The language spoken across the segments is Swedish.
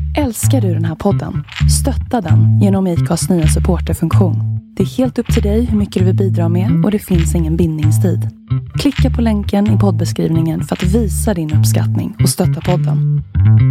Älskar du den här podden? Stötta den genom IKAs nya supporterfunktion. Det är helt upp till dig hur mycket du vill bidra med och det finns ingen bindningstid. Klicka på länken i poddbeskrivningen för att visa din uppskattning och stötta podden.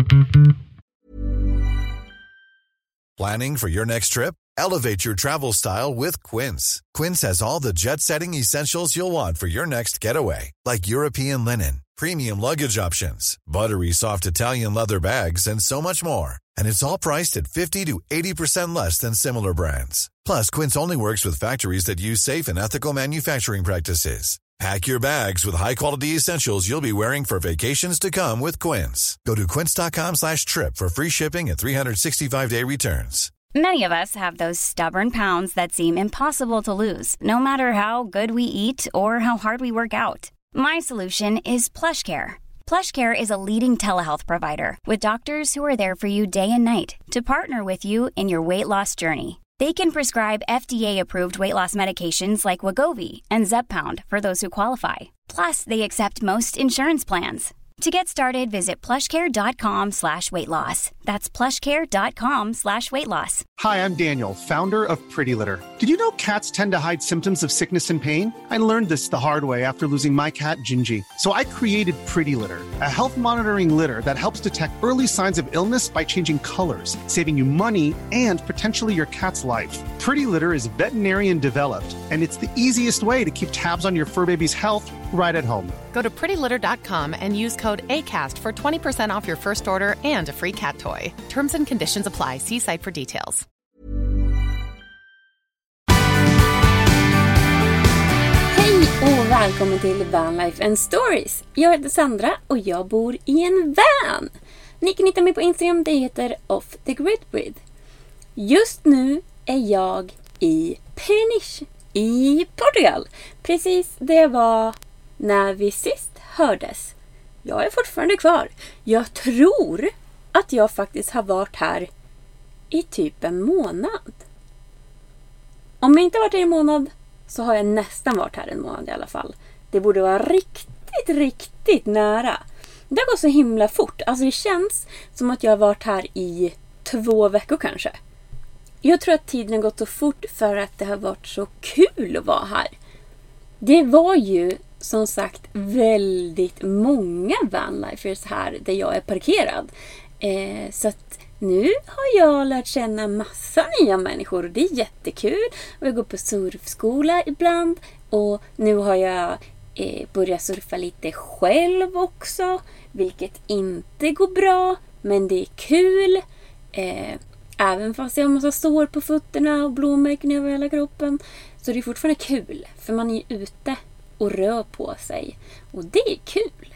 Planning for your next trip? Elevate your travel style with Quince. Quince has all the jet-setting essentials you'll want for your next getaway, like European linen, premium luggage options, buttery soft Italian leather bags, and so much more. And it's all priced at 50 to 80% less than similar brands. Plus, Quince only works with factories that use safe and ethical manufacturing practices. Pack your bags with high-quality essentials you'll be wearing for vacations to come with Quince. Go to quince.com/trip for free shipping and 365-day returns. Many of us have those stubborn pounds that seem impossible to lose, no matter how good we eat or how hard we work out. My solution is PlushCare. PlushCare is a leading telehealth provider with doctors who are there for you day and night to partner with you in your weight loss journey. They can prescribe FDA-approved weight loss medications like Wegovy and Zepbound for those who qualify. Plus, they accept most insurance plans. To get started, visit plushcare.com/weightloss. That's plushcare.com/weightloss. Hi, I'm Daniel, founder of Pretty Litter. Did you know cats tend to hide symptoms of sickness and pain? I learned this the hard way after losing my cat, Gingy. So I created Pretty Litter, a health monitoring litter that helps detect early signs of illness by changing colors, saving you money and potentially your cat's life. Pretty Litter is veterinarian developed, and it's the easiest way to keep tabs on your fur baby's health right at home. Go to prettylitter.com and use code ACAST for 20% off your first order and a free cat toy. Terms and conditions apply. See site for details. Hej och välkommen till Van Life and Stories. Jag heter Sandra och jag bor i en van. Ni kan hitta mig på Instagram, det heter Off the Grid With. Just nu är jag i Peniche i Portugal. Precis det var när vi sist hördes. Jag är fortfarande kvar. Jag tror att jag faktiskt har varit här i typ en månad. Om jag inte varit här i en månad så har jag nästan varit här en månad i alla fall. Det borde vara riktigt nära. Det går så himla fort. Alltså det känns som att jag har varit här i 2 veckor kanske. Jag tror att tiden har gått så fort för att det har varit så kul att vara här. Det var ju som sagt väldigt många vanlifers här där jag är parkerad. Så att nu har jag lärt känna massa nya människor och det är jättekul. Och jag går på surfskola ibland och nu har jag börjat surfa lite själv också. Vilket inte går bra, men det är kul. Även fast jag har massa sår på fötterna och blåmärken över hela kroppen. Så det är fortfarande kul. För man är ju ute och rör på sig. Och det är kul.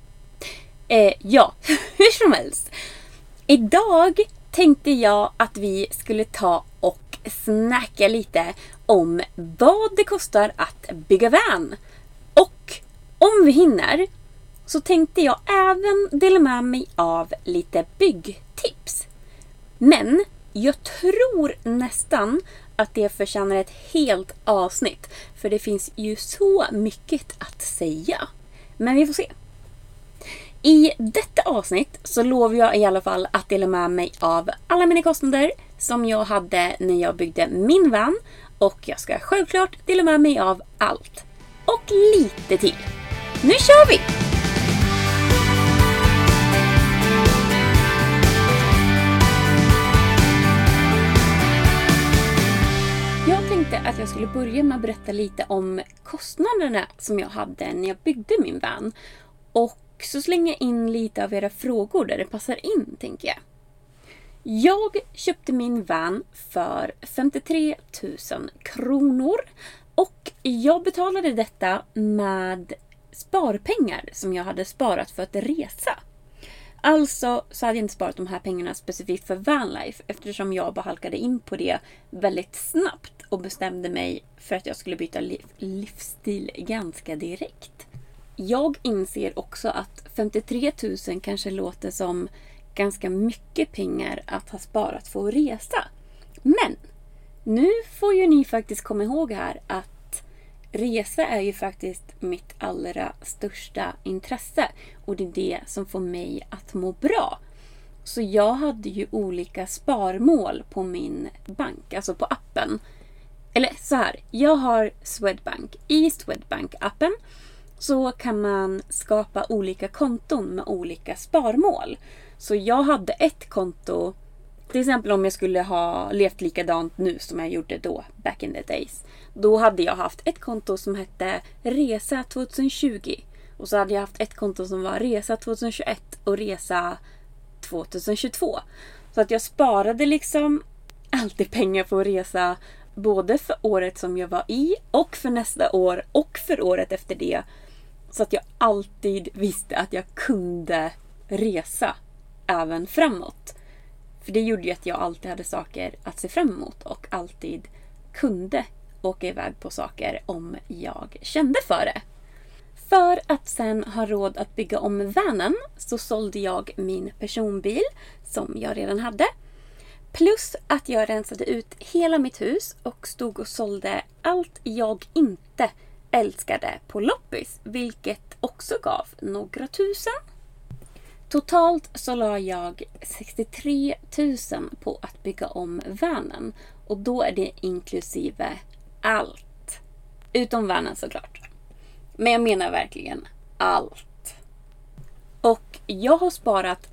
Ja, hur som helst. Idag tänkte jag att vi skulle ta och snacka lite om vad det kostar att bygga van. Och om vi hinner så tänkte jag även dela med mig av lite byggtips. Men jag tror nästan att det förtjänar ett helt avsnitt. För det finns ju så mycket att säga. Men vi får se. I detta avsnitt så lovar jag i alla fall att dela med mig av alla mina kostnader som jag hade när jag byggde min van. Och jag ska självklart dela med mig av allt. Och lite till. Nu kör vi! Jag tänkte att jag skulle börja med att berätta lite om kostnaderna som jag hade när jag byggde min van. Och så slänga in lite av era frågor där det passar in, tänker jag. Jag köpte min van för 53 000 kronor. Och jag betalade detta med sparpengar som jag hade sparat för att resa. Alltså så hade jag inte sparat de här pengarna specifikt för vanlife eftersom jag bara halkade in på det väldigt snabbt och bestämde mig för att jag skulle byta livsstil ganska direkt. Jag inser också att 53 000 kanske låter som ganska mycket pengar att ha sparat för att resa. Men nu får ju ni faktiskt komma ihåg här att resa är ju faktiskt mitt allra största intresse. Och det är det som får mig att må bra. Så jag hade ju olika sparmål på min bank, alltså på appen. Eller så här, jag har Swedbank. I Swedbank-appen så kan man skapa olika konton med olika sparmål. Så jag hade ett konto, till exempel om jag skulle ha levt likadant nu som jag gjorde då, back in the days. Då hade jag haft ett konto som hette Resa 2020. Och så hade jag haft ett konto som var Resa 2021 och Resa 2022. Så att jag sparade liksom alltid pengar på att resa, både för året som jag var i och för nästa år och för året efter det. Så att jag alltid visste att jag kunde resa även framåt. För det gjorde ju att jag alltid hade saker att se fram emot och alltid kunde åka iväg på saker om jag kände för det. För att sen ha råd att bygga om vanen så sålde jag min personbil som jag redan hade. Plus att jag rensade ut hela mitt hus och stod och sålde allt jag inte älskade på loppis, vilket också gav några tusen. Totalt så la jag 63 000 på att bygga om vanen, och då är det inklusive allt. Utom vanen såklart. Men jag menar verkligen allt. Och jag har sparat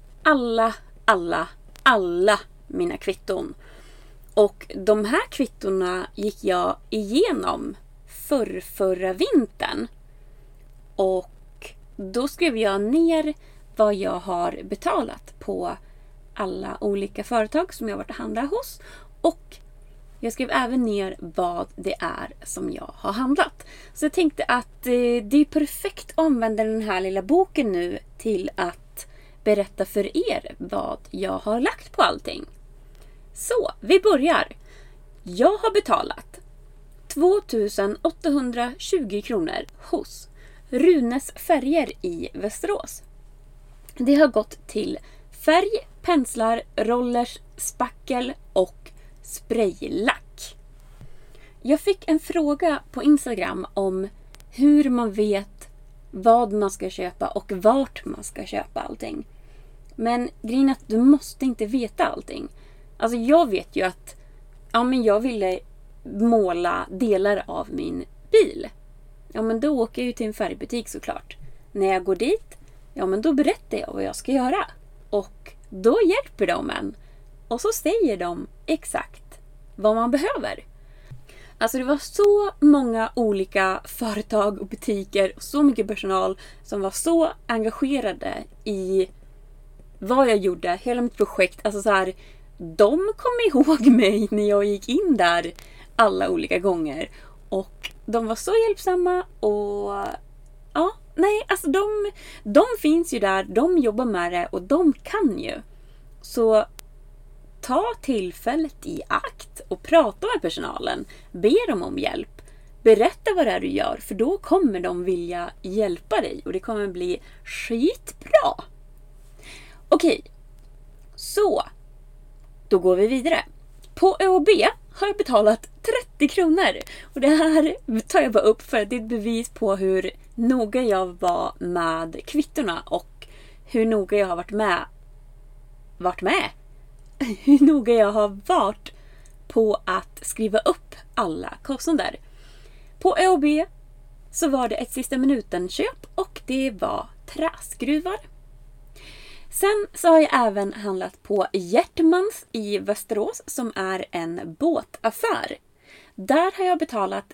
alla mina kvitton. Och de här kvittorna gick jag igenom förra vintern. Och då skrev jag ner vad jag har betalat på alla olika företag som jag varit och handlat hos. Och jag skrev även ner vad det är som jag har handlat. Så jag tänkte att det är perfekt att använda den här lilla boken nu till att berätta för er vad jag har lagt på allting. Så, vi börjar. Jag har betalat 2820 kronor hos Runes färger i Västerås. Det har gått till färg, penslar, rollers, spackel och spraylack. Jag fick en fråga på Instagram om hur man vet vad man ska köpa och vart man ska köpa allting. Men grejen är att du måste inte veta allting. Alltså jag vet ju att jag ville måla delar av min bil. Ja, men då åker jag ju till en färgbutik såklart. När jag går dit, då berättar jag vad jag ska göra. Och då hjälper de en. Och så säger de exakt vad man behöver. Alltså det var så många olika företag och butiker och så mycket personal som var så engagerade i vad jag gjorde, hela mitt projekt. Alltså så här, de kom ihåg mig när jag gick in där alla olika gånger. Och de var så hjälpsamma och de finns ju där, de jobbar med det och de kan ju. Så ta tillfället i akt och prata med personalen. Be dem om hjälp. Berätta vad det är du gör, för då kommer de vilja hjälpa dig och det kommer bli skitbra. Okej, så då går vi vidare. På ÖoB har jag betalat 30 kronor. Och det här tar jag bara upp för att det är ett bevis på hur noga jag var med kvittorna och hur noga jag har hur noga jag har varit på att skriva upp alla kostnader. På ÖoB så var det ett sista minuten köp och det var träskruvar. Sen så har jag även handlat på Hjärtmans i Västerås som är en båtaffär. Där har jag betalat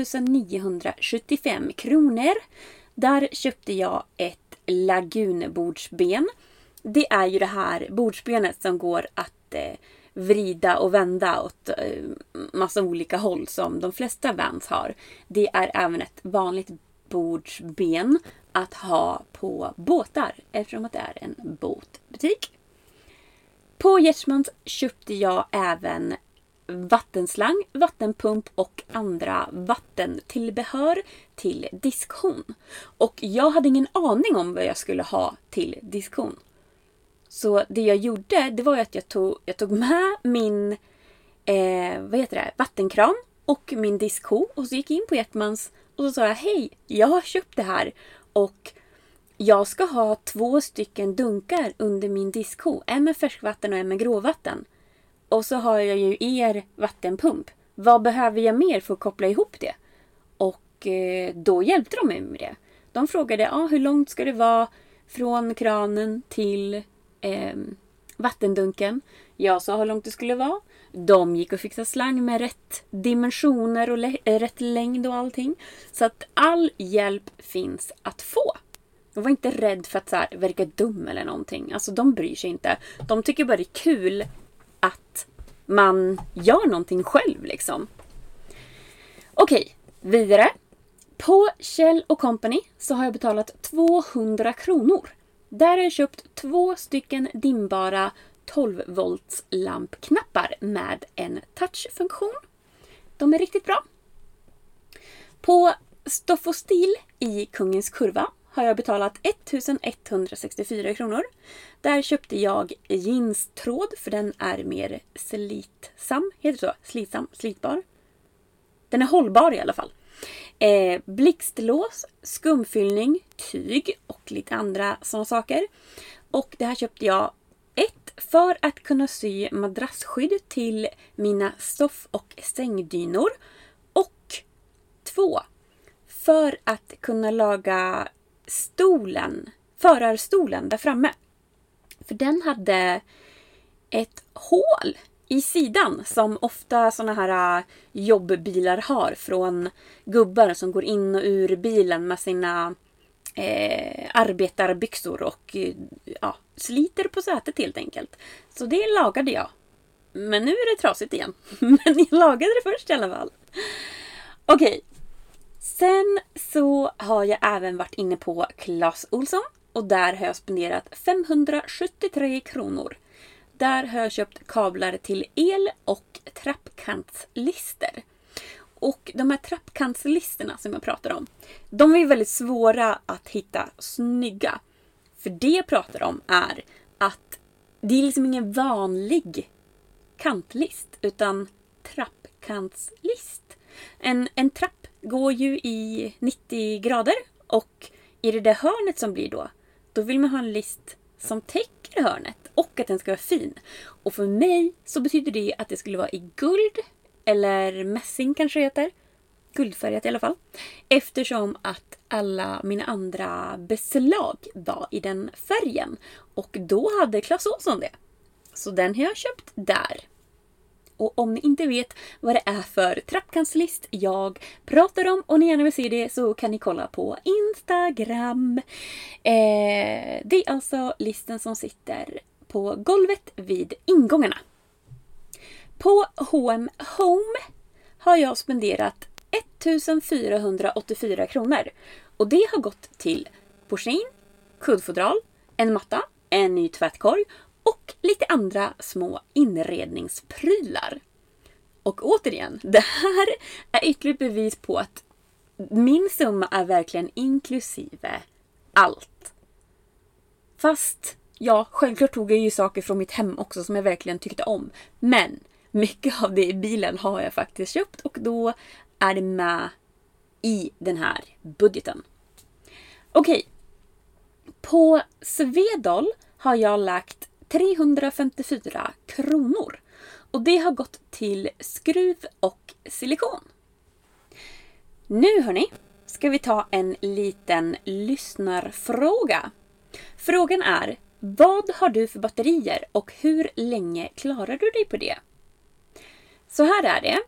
1975 kronor. Där köpte jag ett lagunbordsben. Det är ju det här bordsbenet som går att vrida och vända åt massa olika håll som de flesta vans har. Det är även ett vanligt bordsben att ha på båtar eftersom att det är en båtbutik. På Gärdsmans köpte jag även vattenslang, vattenpump och andra vattentillbehör till diskhon. Och jag hade ingen aning om vad jag skulle ha till diskhon. Så det jag gjorde, det var ju att jag tog med min vattenkran och min diskho och så gick jag in på Hjärtmans och så sa jag: hej, jag har köpt det här och jag ska ha 2 stycken dunkar under min diskho. En med färskvatten och en med gråvatten. Och så har jag ju er vattenpump. Vad behöver jag mer för att koppla ihop det? Och då hjälpte de mig med det. De frågade, hur långt ska det vara från kranen till vattendunken? Jag sa hur långt det skulle vara. De gick och fixade slang med rätt dimensioner och rätt längd och allting. Så att all hjälp finns att få. Jag var inte rädd för att så här, verka dum eller någonting. Alltså de bryr sig inte. De tycker bara det är kul att man gör någonting själv liksom. Okej, vidare. På Kjell & Company så har jag betalat 200 kronor. Där har jag köpt 2 stycken dimmbara 12 volts lampknappar med en touchfunktion. De är riktigt bra. På Stoff och Stil i Kungens Kurva har jag betalat 1164 kronor. Där köpte jag jeanstråd för den är mer slitsam. Heter det så? Slitbar. Den är hållbar i alla fall. Blixtlås, skumfyllning, tyg och lite andra sådana saker. Och det här köpte jag 1 för att kunna sy madrassskydd till mina stoff- och sängdynor. Och 2 för att kunna laga förarstolen där framme. För den hade ett hål i sidan som ofta såna här jobbbilar har från gubbar som går in och ur bilen med sina arbetarbyxor och sliter på sätet helt enkelt. Så det lagade jag. Men nu är det trasigt igen. Men jag lagade det först i alla fall. Okej. Sen så har jag även varit inne på Clas Ohlson. Och där har jag spenderat 573 kronor. Där har jag köpt kablar till el och trappkantslister. Och de här trappkantslisterna som jag pratar om, de är väldigt svåra att hitta snygga. För det jag pratar om är att det är liksom ingen vanlig kantlist utan trappkantslist. En trapp går ju i 90 grader och i det där hörnet som blir då vill man ha en list som täcker hörnet och att den ska vara fin. Och för mig så betyder det att det skulle vara i guld eller mässing kanske heter. Guldfärgat i alla fall. Eftersom att alla mina andra beslag var i den färgen. Och då hade Clas Ohlson det. Så den har jag köpt där. Och om ni inte vet vad det är för trappkantslist jag pratar om och ni gärna vill se det så kan ni kolla på Instagram. Det är alltså listen som sitter på golvet vid ingångarna. På H&M Home har jag spenderat 1484 kronor. Och det har gått till porslin, kuddfodral, en matta, en ny tvättkorg och lite andra små inredningsprylar. Och återigen, det här är ytterligare bevis på att min summa är verkligen inklusive allt. Fast, ja, självklart tog jag ju saker från mitt hem också som jag verkligen tyckte om. Men mycket av det i bilen har jag faktiskt köpt och då är det med i den här budgeten. Okej. På Svedal har jag lagt 354 kronor. Och det har gått till skruv och silikon. Nu hörni, ska vi ta en liten lyssnarfråga. Frågan är, vad har du för batterier och hur länge klarar du dig på det? Så här är det.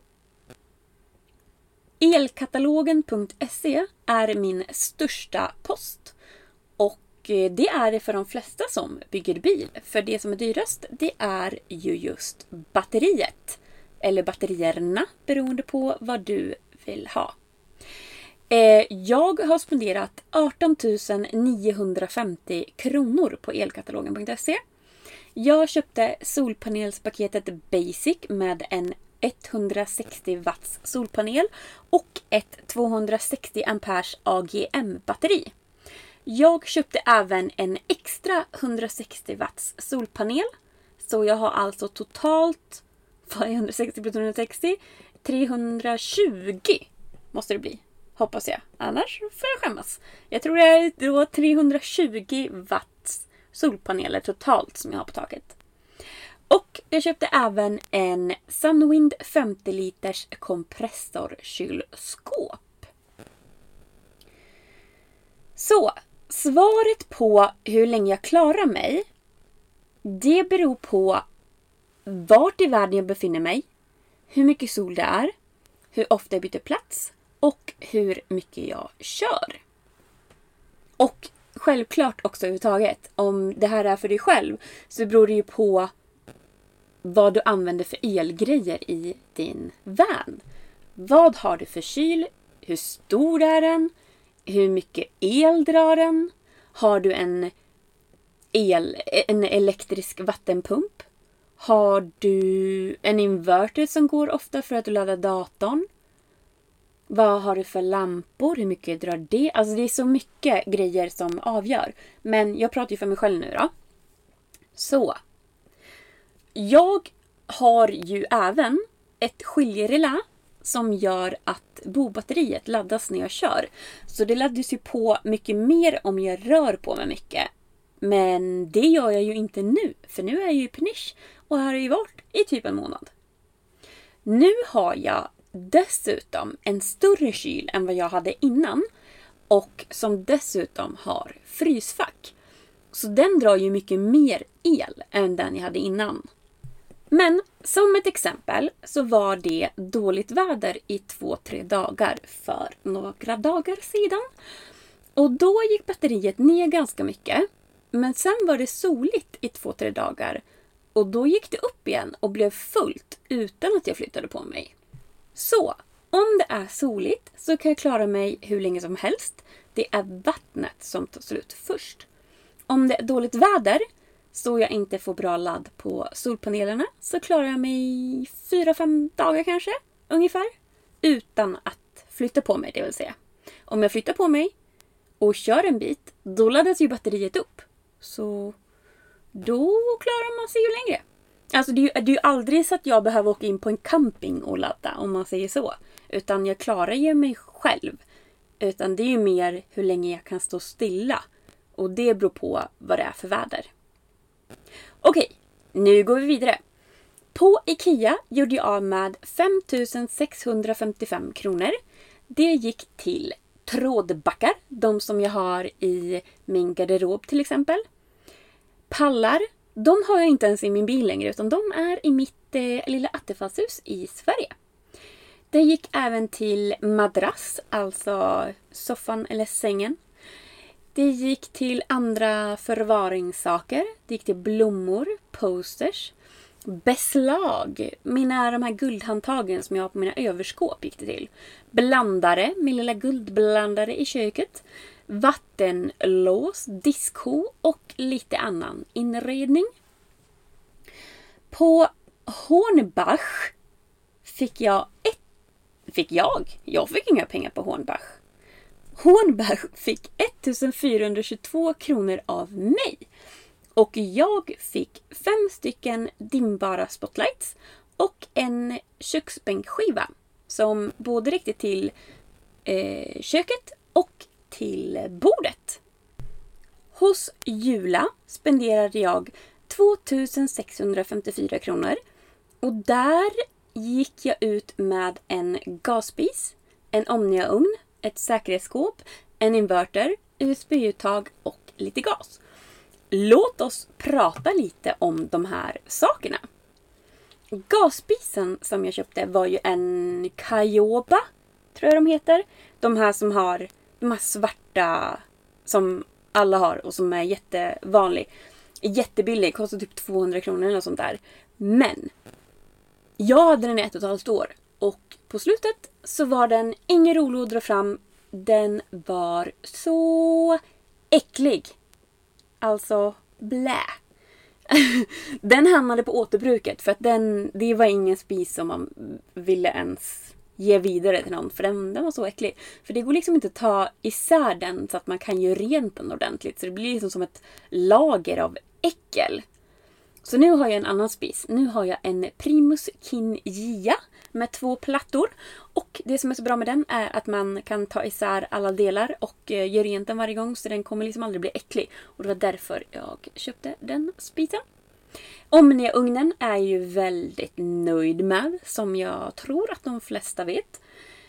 Elkatalogen.se är min största post. Och det är det för de flesta som bygger bil. För det som är dyrast, det är ju just batteriet. Eller batterierna, beroende på vad du vill ha. Jag har spenderat 18 950 kronor på elkatalogen.se. Jag köpte solpanelspaketet Basic med en 160 watts solpanel och ett 260 amperes AGM-batteri. Jag köpte även en extra 160 watts solpanel. Så jag har alltså totalt, vad är 160 plus 160? 320 måste det bli. Hoppas jag. Annars får jag skämmas. Jag tror det är då 320 watts solpaneler totalt som jag har på taket. Och jag köpte även en Sunwind 50 liters kompressorkylskåp. Så, svaret på hur länge jag klarar mig, det beror på vart i världen jag befinner mig, hur mycket sol det är, hur ofta jag byter plats och hur mycket jag kör. Och självklart också överhuvudtaget, om det här är för dig själv så beror det ju på vad du använder för elgrejer i din van. Vad har du för kyl? Hur stor är den? Hur mycket el drar den? Har du en elektrisk vattenpump? Har du en inverter som går ofta för att du laddar datorn? Vad har du för lampor? Hur mycket drar det? Alltså det är så mycket grejer som avgör. Men jag pratar ju för mig själv nu då. Så. Jag har ju även ett skiljerelä som gör att bobatteriet laddas när jag kör. Så det laddas ju på mycket mer om jag rör på mig mycket. Men det gör jag ju inte nu. För nu är jag ju i Peniche och har ju varit i typ en månad. Nu har jag dessutom en större kyl än vad jag hade innan. Och som dessutom har frysfack. Så den drar ju mycket mer el än den jag hade innan. Men som ett exempel så var det dåligt väder i 2-3 dagar för några dagar sedan. Och då gick batteriet ner ganska mycket. Men sen var det soligt i 2-3 dagar. Och då gick det upp igen och blev fullt utan att jag flyttade på mig. Så, om det är soligt så kan jag klara mig hur länge som helst. Det är vattnet som tar slut först. Om det är dåligt väder så jag inte får bra ladd på solpanelerna så klarar jag mig 4-5 dagar kanske, ungefär. Utan att flytta på mig, det vill säga. Om jag flyttar på mig och kör en bit, då laddas ju batteriet upp. Så då klarar man sig ju längre. Alltså det är ju aldrig så att jag behöver åka in på en camping och ladda, om man säger så. Utan jag klarar ju mig själv. Utan det är ju mer hur länge jag kan stå stilla. Och det beror på vad det är för väder. Okej, nu går vi vidare. På IKEA gjorde jag av med 5 655 kronor. Det gick till trådbackar, de som jag har i min garderob till exempel. Pallar, de har jag inte ens i min bil längre utan de är i mitt lilla attefallshus i Sverige. Det gick även till madrass, alltså soffan eller sängen. Det gick till andra förvaringssaker. Det gick till blommor, posters, beslag. De här guldhandtagen som jag har på mina överskåp gick det till. Blandare, min lilla guldblandare i köket. Vattenlås, diskho och lite annan inredning. På Hornbach fick jag inga pengar på Hornbach. Hornbach fick 1422 kronor av mig. Och jag fick 5 stycken dimmbara spotlights och en köksbänkskiva som både räckte till köket och till bordet. Hos Jula spenderade jag 2654 kronor och där gick jag ut med en gasspis, en Omnia-ugn, ett säkerhetsskåp, en inverter, USB-uttag och lite gas. Låt oss prata lite om de här sakerna. Gasspisen som jag köpte var ju en Kayoba, tror jag de heter. De här som har de här svarta som alla har och som är jättevanlig. Jättebillig, kostar typ 200 kronor eller sånt där. Men jag hade den i 1,5 år och på slutet så var den ingen rolig att dra fram. Den var så äcklig. Alltså, blä. Den hamnade på återbruket för att det var ingen spis som man ville ens ge vidare till någon. För den var så äcklig. För det går liksom inte att ta isär den så att man kan göra rent den ordentligt. Så det blir liksom som ett lager av äckel. Så nu har jag en annan spis. Nu har jag en Primus Kingia med 2 plattor. Och det som är så bra med den är att man kan ta isär alla delar och göra rent den varje gång. Så den kommer liksom aldrig bli äcklig. Och det var därför jag köpte den spisen. Omnia-ugnen är jag ju väldigt nöjd med. Som jag tror att de flesta vet.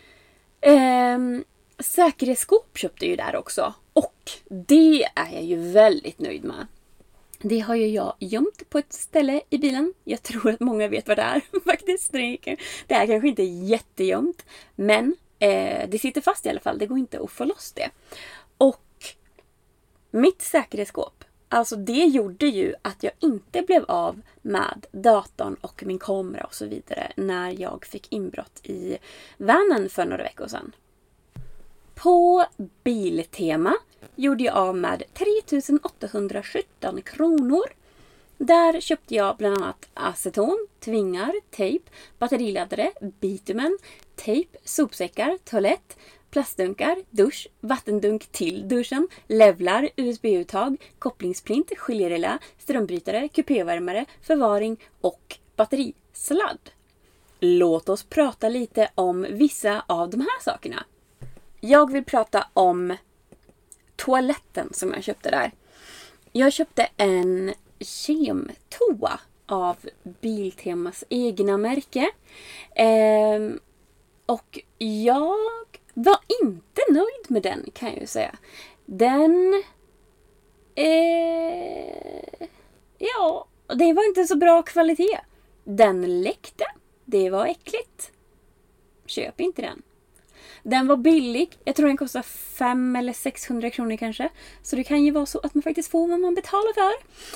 Säkerhetsskåp köpte jag ju där också. Och det är jag ju väldigt nöjd med. Det har ju jag gömt på ett ställe i bilen. Jag tror att många vet vad det är faktiskt. Det är kanske inte jättegömt. Men det sitter fast i alla fall. Det går inte att få loss det. Och mitt säkerhetsskåp. Alltså det gjorde ju att jag inte blev av med datorn och min kamera och så vidare. När jag fick inbrott i vanen för några veckor sedan. På Biltema gjorde jag av med 3817 kronor. Där köpte jag bland annat aceton, tvingar, tejp, batteriladdare, bitumen, tejp, sopsäckar, toalett, plastdunkar, dusch, vattendunk till duschen, levlar, USB-uttag, kopplingsplint, skiljerelä, strömbrytare, kupévärmare, förvaring och batterisladd. Låt oss prata lite om vissa av de här sakerna. Jag vill prata om toaletten som jag köpte där. Jag köpte en kemtoa av Biltemas egna märke. Och jag var inte nöjd med den, kan jag ju säga. Den... ja, det var inte så bra kvalitet. Den läckte. Det var äckligt. Köp inte den. Den var billig. Jag tror den kostar 500 eller 600 kronor kanske. Så det kan ju vara så att man faktiskt får vad man betalar för.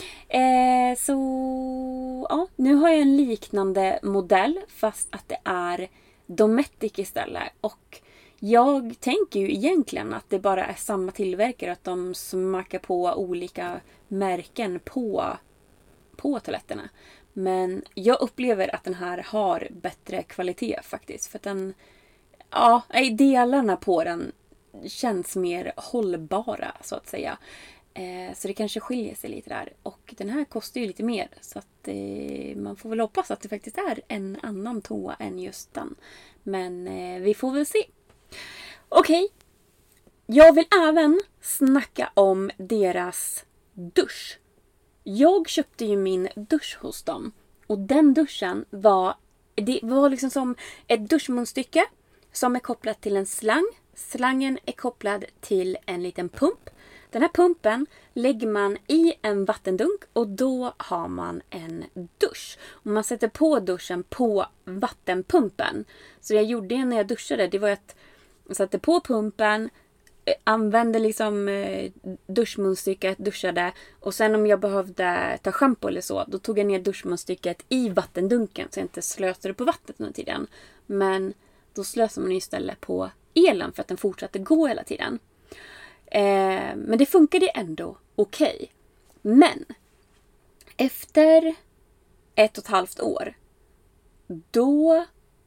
Så ja, nu har jag en liknande modell. Fast att det är Dometic istället. Och jag tänker ju egentligen att det bara är samma tillverkare. Att de smakar på olika märken på toaletterna. Men jag upplever att den här har bättre kvalitet faktiskt. För att den... Ja, delarna på den känns mer hållbara så att säga. Så det kanske skiljer sig lite där. Och den här kostar ju lite mer. Så att man får väl hoppas att det faktiskt är en annan toa än just den. Men vi får väl se. Okej. Jag vill även snacka om deras dusch. Jag köpte ju min dusch hos dem. Och den duschen var liksom som ett duschmunstycke. Som är kopplat till en slang. Slangen är kopplad till en liten pump. Den här pumpen lägger man i en vattendunk och då har man en dusch. Och man sätter på duschen på vattenpumpen. Så det jag gjorde när jag duschade, det var att jag satte på pumpen, använde liksom duschmunstycket, duschade. Och sen om jag behövde ta shampoo eller så, då tog jag ner duschmunstycket i vattendunken. Så jag inte slösade på vattnet under tiden. Men... då slösar man istället på elen för att den fortsatte gå hela tiden. Men det funkade ändå okej. Men efter 1,5 år då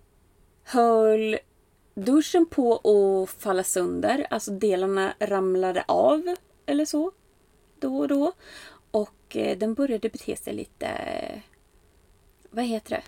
höll duschen på att falla sönder. Alltså delarna ramlade av eller så då och då. Och den började bete sig lite... vad heter det?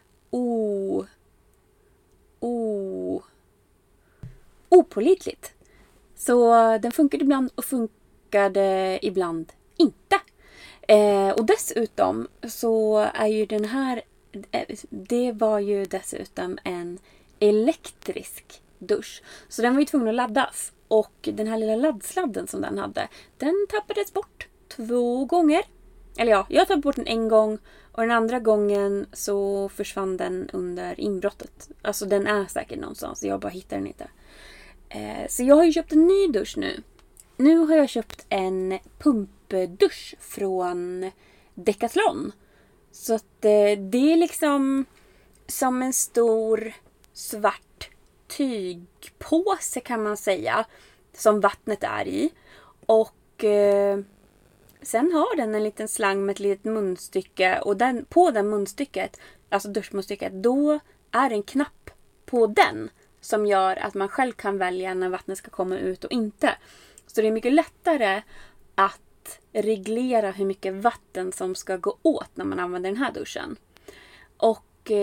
Opålitligt. Så den funkade ibland och funkade ibland inte. Och dessutom så är ju den här... det var ju dessutom en elektrisk dusch. Så den var ju tvungen att laddas. Och den här lilla laddsladden som den hade, den tappades bort 2 gånger. Eller ja, jag tappade bort den en gång. Och den andra gången så försvann den under inbrottet. Alltså den är säkert någonstans. Jag bara hittar den inte. Så jag har ju köpt en ny dusch nu. Nu har jag köpt en pumpdusch från Decathlon. Så att det är liksom som en stor svart tygpåse kan man säga. Som vattnet är i. Och... sen har den en liten slang med ett litet munstycke. Och på den munstycket, alltså duschmunstycket, då är en knapp på den. Som gör att man själv kan välja när vattnet ska komma ut och inte. Så det är mycket lättare att att reglera hur mycket vatten som ska gå åt när man använder den här duschen. Och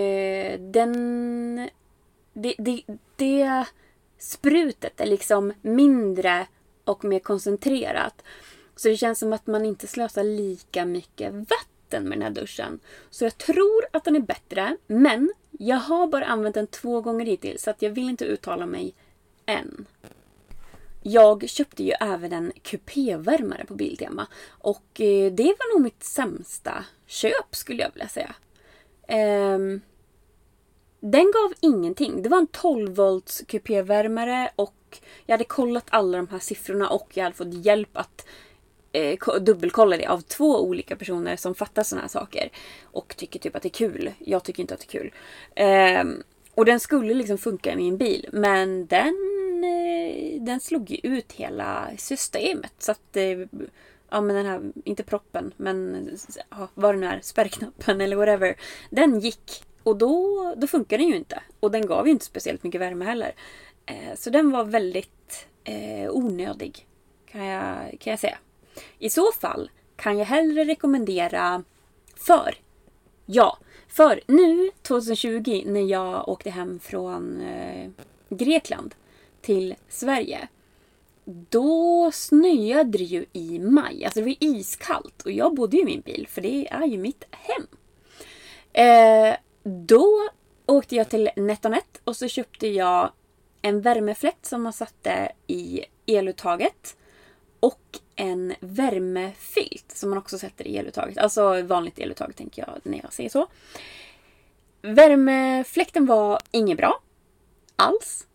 det sprutet är liksom mindre och mer koncentrerat. Så det känns som att man inte slösar lika mycket vatten med den här duschen. Så jag tror att den är bättre. Men jag har bara använt den 2 gånger hittills. Så att jag vill inte uttala mig än. Jag köpte ju även en kupévärmare på Biltema. Och det var nog mitt sämsta köp skulle jag vilja säga. Den gav ingenting. Det var en 12 volts kupévärmare och jag hade kollat alla de här siffrorna och jag hade fått hjälp att dubbelkolla det av 2 olika personer som fattar såna här saker och tycker typ att det är kul. Jag tycker inte att det är kul. Och den skulle liksom funka i min bil, men den slog ju ut hela systemet så att ja, men den här, inte proppen, men vad den är, spärrknappen eller whatever, den gick. Och då funkar den ju inte. Och den gav ju inte speciellt mycket värme heller. Så den var väldigt onödig, kan jag säga. I så fall kan jag hellre rekommendera för nu 2020 när jag åkte hem från Grekland till Sverige. Då snöade det ju i maj. Alltså det var iskallt. Och jag bodde ju i min bil. För det är ju mitt hem. Då åkte jag till NetOnNet. Och så köpte jag en värmefläkt som man satte i eluttaget. Och en värmefilt som man också sätter i eluttaget. Alltså vanligt eluttag tänker jag när jag säger så. Värmefläkten var inget bra. Alls.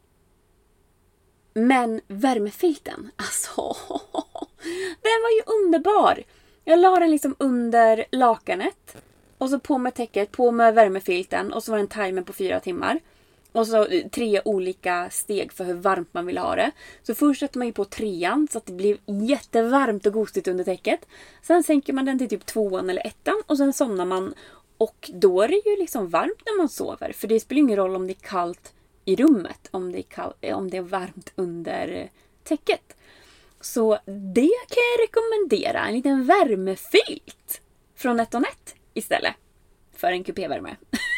Men värmefilten, alltså, den var ju underbar. Jag la den liksom under lakanet. Och så på med täcket, på med värmefilten. Och så var det en timer på 4 timmar. Och så 3 olika steg för hur varmt man vill ha det. Så först sätter man ju på 3:an så att det blir jättevarmt och gostigt under täcket. Sen sänker man den till typ 2:an eller 1:an. Och sen somnar man. Och då är det ju liksom varmt när man sover. För det spelar ingen roll om det är kallt i rummet, om det är varmt under täcket. Så det kan jag rekommendera. En liten värmefilt från NetOnNet istället för en kupévärme.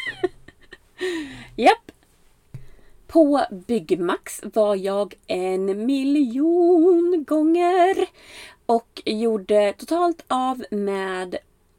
Japp. På Byggmax var jag 1 miljon gånger och gjorde totalt av med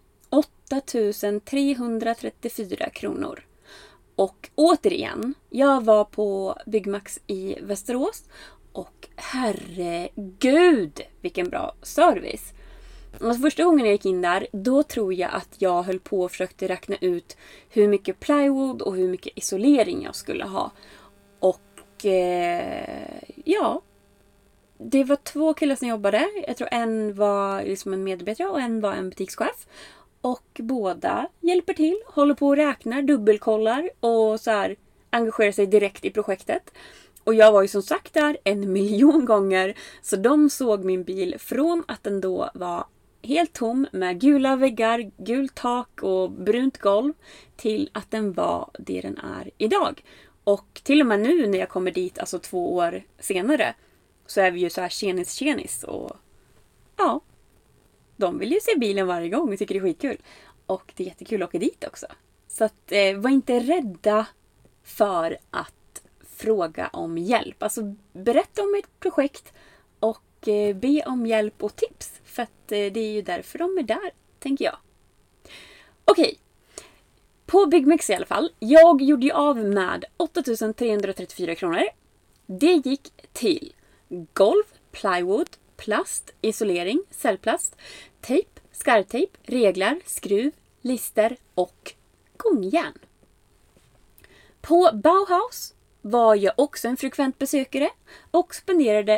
8.334 kronor. Och återigen, jag var på Byggmax i Västerås och herregud vilken bra service. Och första gången jag gick in där, då tror jag att jag höll på och försökte räkna ut hur mycket plywood och hur mycket isolering jag skulle ha. Och ja, det var 2 killar som jobbade. Jag tror en var liksom en medarbetare och en var en butikschef. Och båda hjälper till, håller på och räknar, dubbelkollar och så här engagerar sig direkt i projektet. Och jag var ju som sagt där 1 miljon gånger. Så de såg min bil från att den då var helt tom med gula väggar, gult tak och brunt golv till att den var det den är idag. Och till och med nu när jag kommer dit, alltså 2 år senare, så är vi ju så här tjenis och ja. De vill ju se bilen varje gång och tycker det är skitkul. Och det är jättekul att åka dit också. Så att, var inte rädda för att fråga om hjälp. Alltså berätta om ett projekt och be om hjälp och tips. För att det är ju därför de är där, tänker jag. Okej. På Byggmax i alla fall. Jag gjorde ju av med 8.334 kronor. Det gick till golv, plywood, plast, isolering, cellplast, tejp, skarvtejp, reglar, skruv, lister och gångjärn. På Bauhaus var jag också en frekvent besökare och spenderade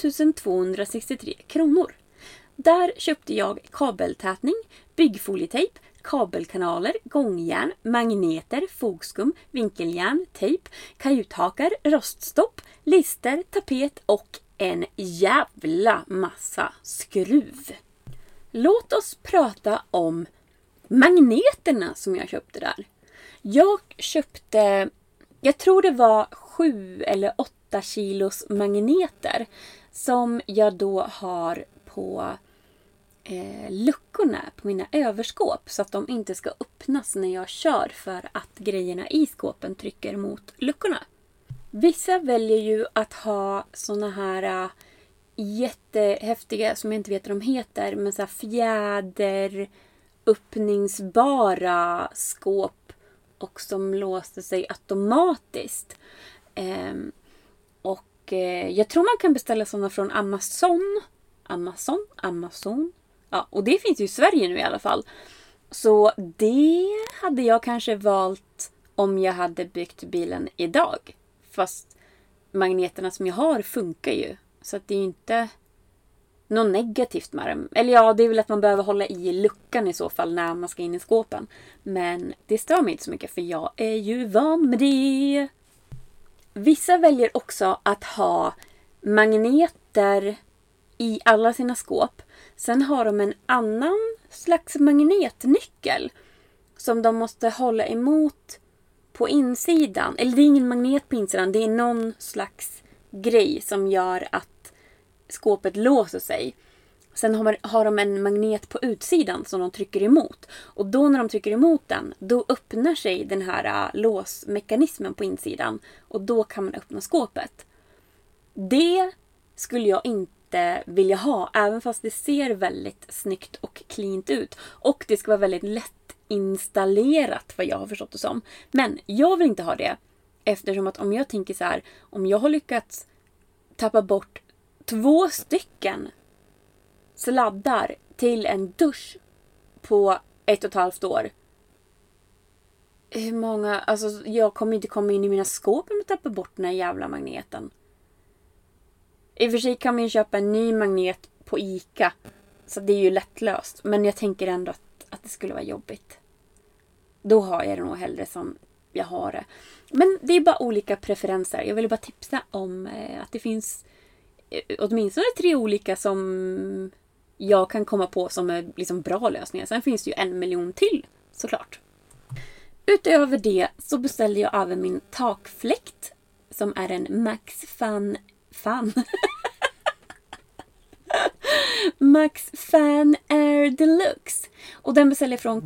7.263 kronor. Där köpte jag kabeltätning, byggfolietejp, kabelkanaler, gångjärn, magneter, fogskum, vinkeljärn, tejp, kajuthakar, roststopp, lister, tapet och en jävla massa skruv. Låt oss prata om magneterna som jag köpte där. Jag köpte, jag tror det var 7 eller 8 kilos magneter som jag då har på luckorna på mina överskåp så att de inte ska öppnas när jag kör för att grejerna i skåpen trycker mot luckorna. Vissa väljer ju att ha såna här jättehäftiga, som jag inte vet vad de heter, men så här fjäderöppningsbara skåp och som låste sig automatiskt. Jag tror man kan beställa sådana från Amazon. Ja, och det finns ju i Sverige nu i alla fall. Så det hade jag kanske valt om jag hade byggt bilen idag. Fast magneterna som jag har funkar ju. Så att det är ju inte något negativt med dem. Eller ja, det är väl att man behöver hålla i luckan i så fall när man ska in i skåpen. Men det stör mig inte så mycket för jag är ju van med det. Vissa väljer också att ha magneter i alla sina skåp. Sen har de en annan slags magnetnyckel som de måste hålla emot på insidan. Eller det är ingen magnet på insidan. Det är någon slags grej som gör att skåpet låser sig. Sen har de en magnet på utsidan som de trycker emot. Och då när de trycker emot den, då öppnar sig den här låsmekanismen på insidan. Och då kan man öppna skåpet. Det skulle jag inte vilja ha, även fast det ser väldigt snyggt och cleant ut. Och det ska vara väldigt lätt installerat, vad jag har förstått det som. Men jag vill inte ha det, eftersom att om jag tänker så här, om jag har lyckats tappa bort 2 stycken sladdar till en dusch på 1,5 år. Hur många, alltså jag kommer inte komma in i mina skåp om jag tappar bort den här jävla magneten. I och för sig kan man ju köpa en ny magnet på ICA. Så det är ju lättlöst. Men jag tänker ändå att det skulle vara jobbigt. Då har jag det nog hellre som jag har det. Men det är bara olika preferenser. Jag vill bara tipsa om att det finns åtminstone 3 olika som jag kan komma på som är liksom bra lösningar. Sen finns det ju 1 miljon till, såklart. Utöver det så beställde jag även min takfläkt som är en Max Fan Air Deluxe. Och den beställer från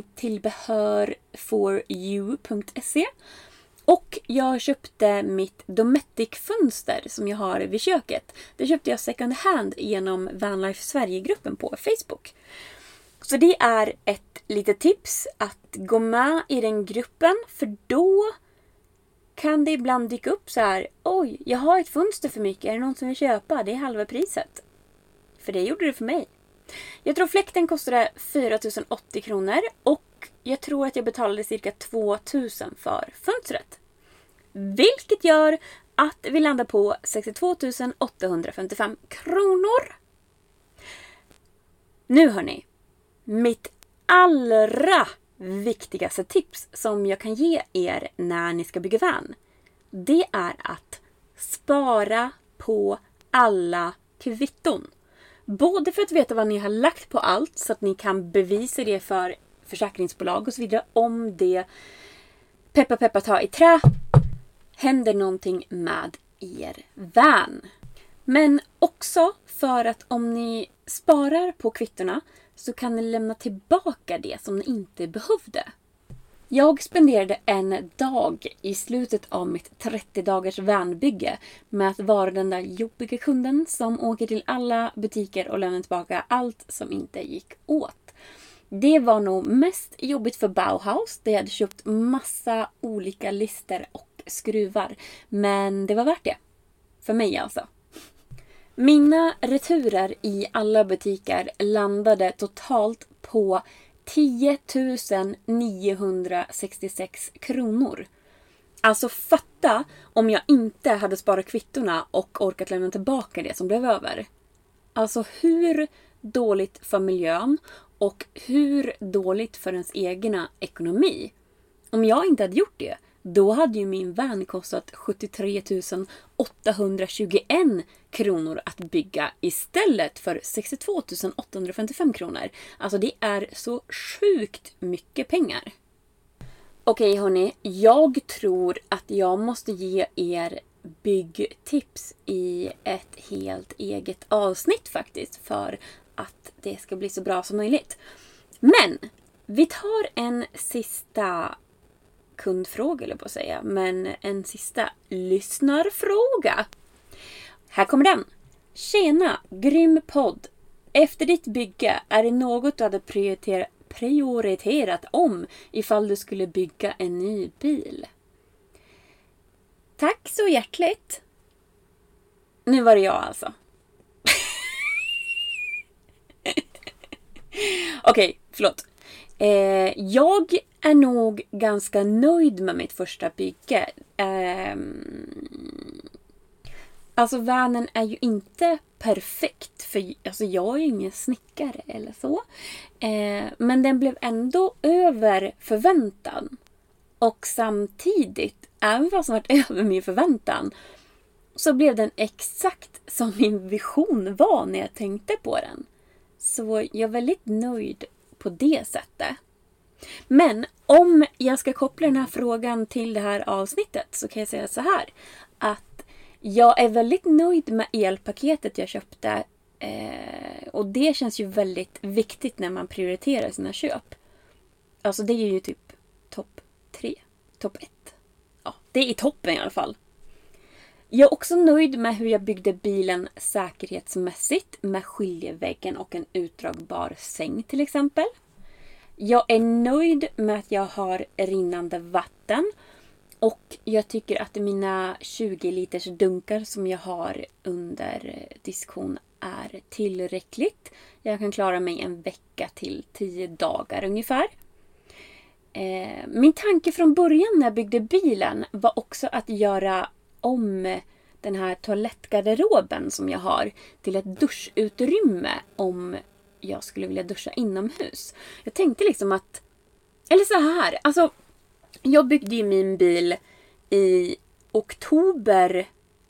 campingtillbehör4u.se. Och jag köpte mitt Dometic-fönster som jag har vid köket. Det köpte jag second hand genom Vanlife Sverige-gruppen på Facebook. Så det är ett litet tips att gå med i den gruppen. För då kan det ibland dyka upp så här: oj, jag har ett fönster för mycket. Är det någon som vill köpa? Det är halva priset. För det gjorde det för mig. Jag tror fläkten kostade 4 080 kronor. Och jag tror att jag betalade cirka 2 000 för fönstret. Vilket gör att vi landar på 62 855 kronor. Nu hörni, mitt allra viktigaste tips som jag kan ge er när ni ska bygga van, det är att spara på alla kvitton. Både för att veta vad ni har lagt på allt så att ni kan bevisa det för försäkringsbolag och så vidare om det, peppa ta i trä, händer någonting med er van. Men också för att om ni sparar på kvittorna så kan ni lämna tillbaka det som ni inte behövde. Jag spenderade en dag i slutet av mitt 30-dagars vanbygge med att vara den där jobbiga kunden som åker till alla butiker och lämnar tillbaka allt som inte gick åt. Det var nog mest jobbigt för Bauhaus där jag hade köpt massa olika lister och skruvar. Men det var värt det. För mig alltså. Mina returer i alla butiker landade totalt på 10 966 kronor. Alltså fatta om jag inte hade sparat kvittorna och orkat lämna tillbaka det som blev över. Alltså hur dåligt för miljön och hur dåligt för ens egna ekonomi. Om jag inte hade gjort det, då hade ju min van kostat 73 821 kronor att bygga istället för 62 855 kronor. Alltså det är så sjukt mycket pengar. Okej hörni, jag tror att jag måste ge er byggtips i ett helt eget avsnitt faktiskt. För att det ska bli så bra som möjligt. Men vi tar en sista kundfråga, eller på att säga. Men en sista lyssnarfråga. Här kommer den. Tjena, grym podd. Efter ditt bygge, är det något du hade prioriterat om ifall du skulle bygga en ny bil? Tack så hjärtligt. Nu var det jag alltså. Okej, förlåt. Jag är nog ganska nöjd med mitt första bygge. Alltså vanen är ju inte perfekt. För alltså, jag är ju ingen snickare eller så. Men den blev ändå över förväntan. Och samtidigt, även vad som varit över min förväntan, så blev den exakt som min vision var när jag tänkte på den. Så jag är väldigt nöjd på det sättet. Men om jag ska koppla den här frågan till det här avsnittet så kan jag säga så här. Att jag är väldigt nöjd med elpaketet jag köpte. Och det känns ju väldigt viktigt när man prioriterar sina köp. Alltså det är ju typ topp 3, topp 1. Ja, det är i toppen i alla fall. Jag är också nöjd med hur jag byggde bilen säkerhetsmässigt med skiljeväggen och en utdragbar säng till exempel. Jag är nöjd med att jag har rinnande vatten och jag tycker att mina 20 liters dunkar som jag har under diskon är tillräckligt. Jag kan klara mig en vecka till 10 dagar ungefär. Min tanke från början när jag byggde bilen var också att göra om den här toalettgarderoben som jag har till ett duschutrymme om jag skulle vilja duscha inomhus. Jag tänkte liksom att, eller så här, alltså jag byggde ju min bil i oktober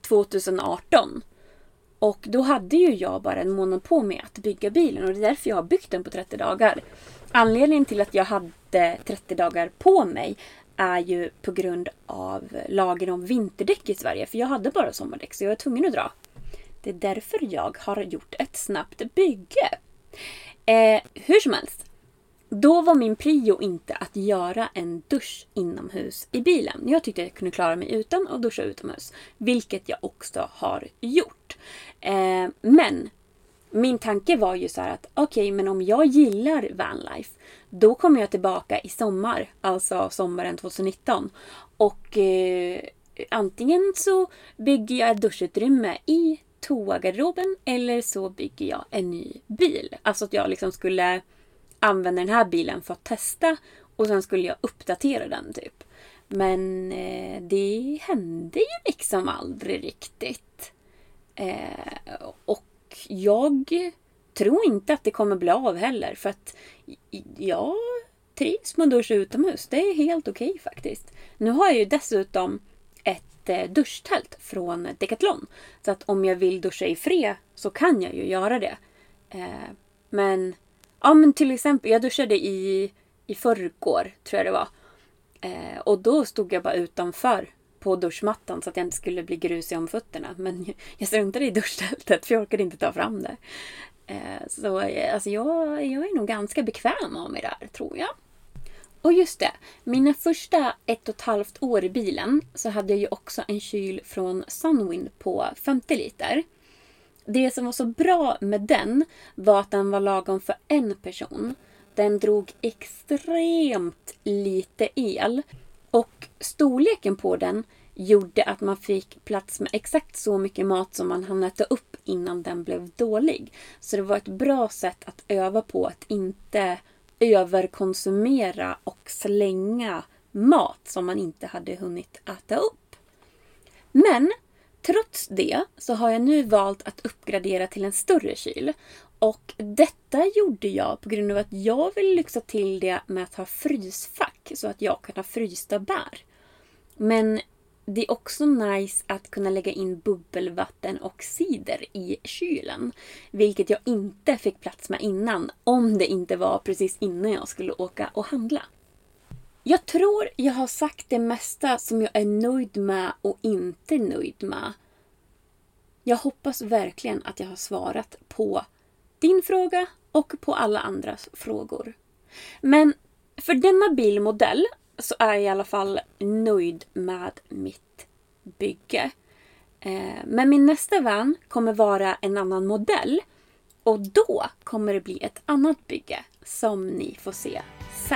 2018 och då hade ju jag bara en månad på mig att bygga bilen och det är därför jag har byggt den på 30 dagar. Anledningen till att jag hade 30 dagar på mig är ju på grund av lagen om vinterdäck i Sverige. För jag hade bara sommardäck så jag var tvungen att dra. Det är därför jag har gjort ett snabbt bygge. Hur som helst. Då var min prio inte att göra en dusch inomhus i bilen. Jag tyckte jag kunde klara mig utan att duscha utomhus. Vilket jag också har gjort. Men min tanke var ju så här att okej, men om jag gillar vanlife då kommer jag tillbaka i sommar, alltså sommaren 2019 och antingen så bygger jag ett duschutrymme i toagarderoben eller så bygger jag en ny bil. Alltså att jag liksom skulle använda den här bilen för att testa och sen skulle jag uppdatera den typ. Men det hände ju liksom aldrig riktigt. Och jag tror inte att det kommer bli av heller. För att jag trivs med att duscha utomhus. Det är helt okej faktiskt. Nu har jag ju dessutom ett duschtält från Decathlon. Så att om jag vill duscha i fred så kan jag ju göra det. Men till exempel, jag duschade i förrgår tror jag det var. Och då stod jag bara utanför på duschmattan så att jag inte skulle bli grusig om fötterna. Men jag struntade i duschtältet för jag orkade inte ta fram det. Så alltså jag är nog ganska bekväm av mig där, tror jag. Och just det, mina första 1,5 år i bilen så hade jag ju också en kyl från Sunwind på 50 liter. Det som var så bra med den var att den var lagom för en person. Den drog extremt lite el och storleken på den gjorde att man fick plats med exakt så mycket mat som man hann äta upp innan den blev dålig. Så det var ett bra sätt att öva på att inte överkonsumera och slänga mat som man inte hade hunnit äta upp. Men trots det så har jag nu valt att uppgradera till en större kyl. Och detta gjorde jag på grund av att jag vill lyxa till det med att ha frysfack så att jag kan ha frysta bär. Men det är också nice att kunna lägga in bubbelvatten och cider i kylen. Vilket jag inte fick plats med innan, om det inte var precis innan jag skulle åka och handla. Jag tror jag har sagt det mesta som jag är nöjd med och inte nöjd med. Jag hoppas verkligen att jag har svarat på din fråga och på alla andras frågor. Men för denna bilmodell så är jag i alla fall nöjd med mitt bygge. Men min nästa van kommer vara en annan modell. Och då kommer det bli ett annat bygge som ni får se sen.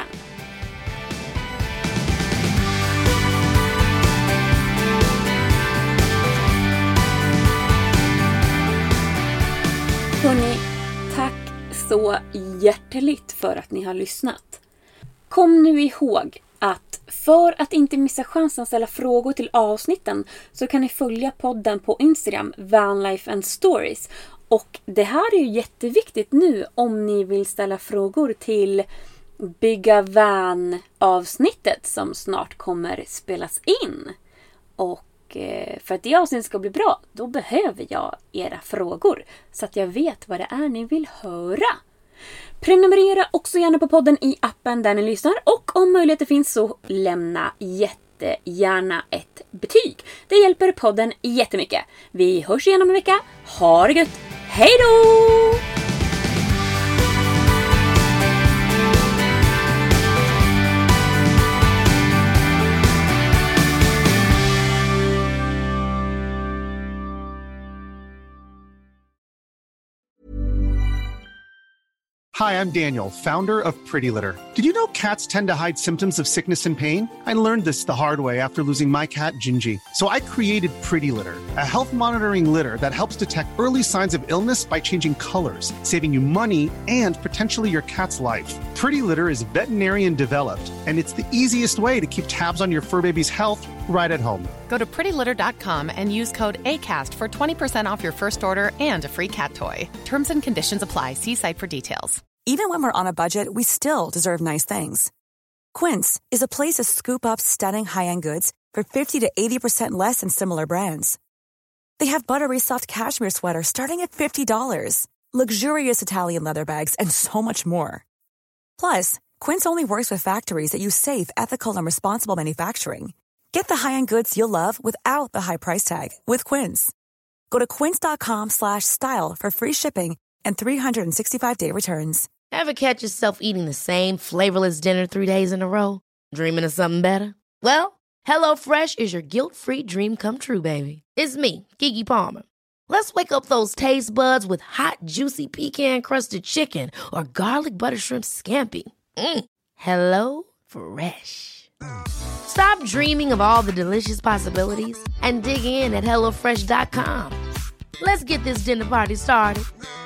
Hörrni, tack så hjärtligt för att ni har lyssnat. Kom nu ihåg att för att inte missa chansen att ställa frågor till avsnitten så kan ni följa podden på Instagram, Vanlife and Stories. Och det här är ju jätteviktigt nu om ni vill ställa frågor till Bygga Van-avsnittet som snart kommer spelas in. Och för att det avsnittet ska bli bra, då behöver jag era frågor så att jag vet vad det är ni vill höra. Prenumerera också gärna på podden i appen där ni lyssnar och om möjlighet finns så lämna jättegärna ett betyg. Det hjälper podden jättemycket. Vi hörs igen om en vecka. Ha det gött. Hej då! Hi, I'm Daniel, founder of Pretty Litter. Did you know cats tend to hide symptoms of sickness and pain? I learned this the hard way after losing my cat, Gingy. So I created Pretty Litter, a health monitoring litter that helps detect early signs of illness by changing colors, saving you money and potentially your cat's life. Pretty Litter is veterinarian developed, and it's the easiest way to keep tabs on your fur baby's health right at home. Go to prettylitter.com and use code ACAST for 20% off your first order and a free cat toy. Terms and conditions apply. See site for details. Even when we're on a budget, we still deserve nice things. Quince is a place to scoop up stunning high-end goods for 50 to 80% less than similar brands. They have buttery soft cashmere sweaters starting at $50, luxurious Italian leather bags, and so much more. Plus, Quince only works with factories that use safe, ethical, and responsible manufacturing. Get the high-end goods you'll love without the high price tag with Quince. Go to quince.com/style for free shipping and 365-day returns. Ever catch yourself eating the same flavorless dinner 3 days in a row? Dreaming of something better? Well, HelloFresh is your guilt-free dream come true, baby. It's me, Keke Palmer. Let's wake up those taste buds with hot, juicy pecan-crusted chicken or garlic butter shrimp scampi. Hello Fresh. Stop dreaming of all the delicious possibilities and dig in at HelloFresh.com. Let's get this dinner party started.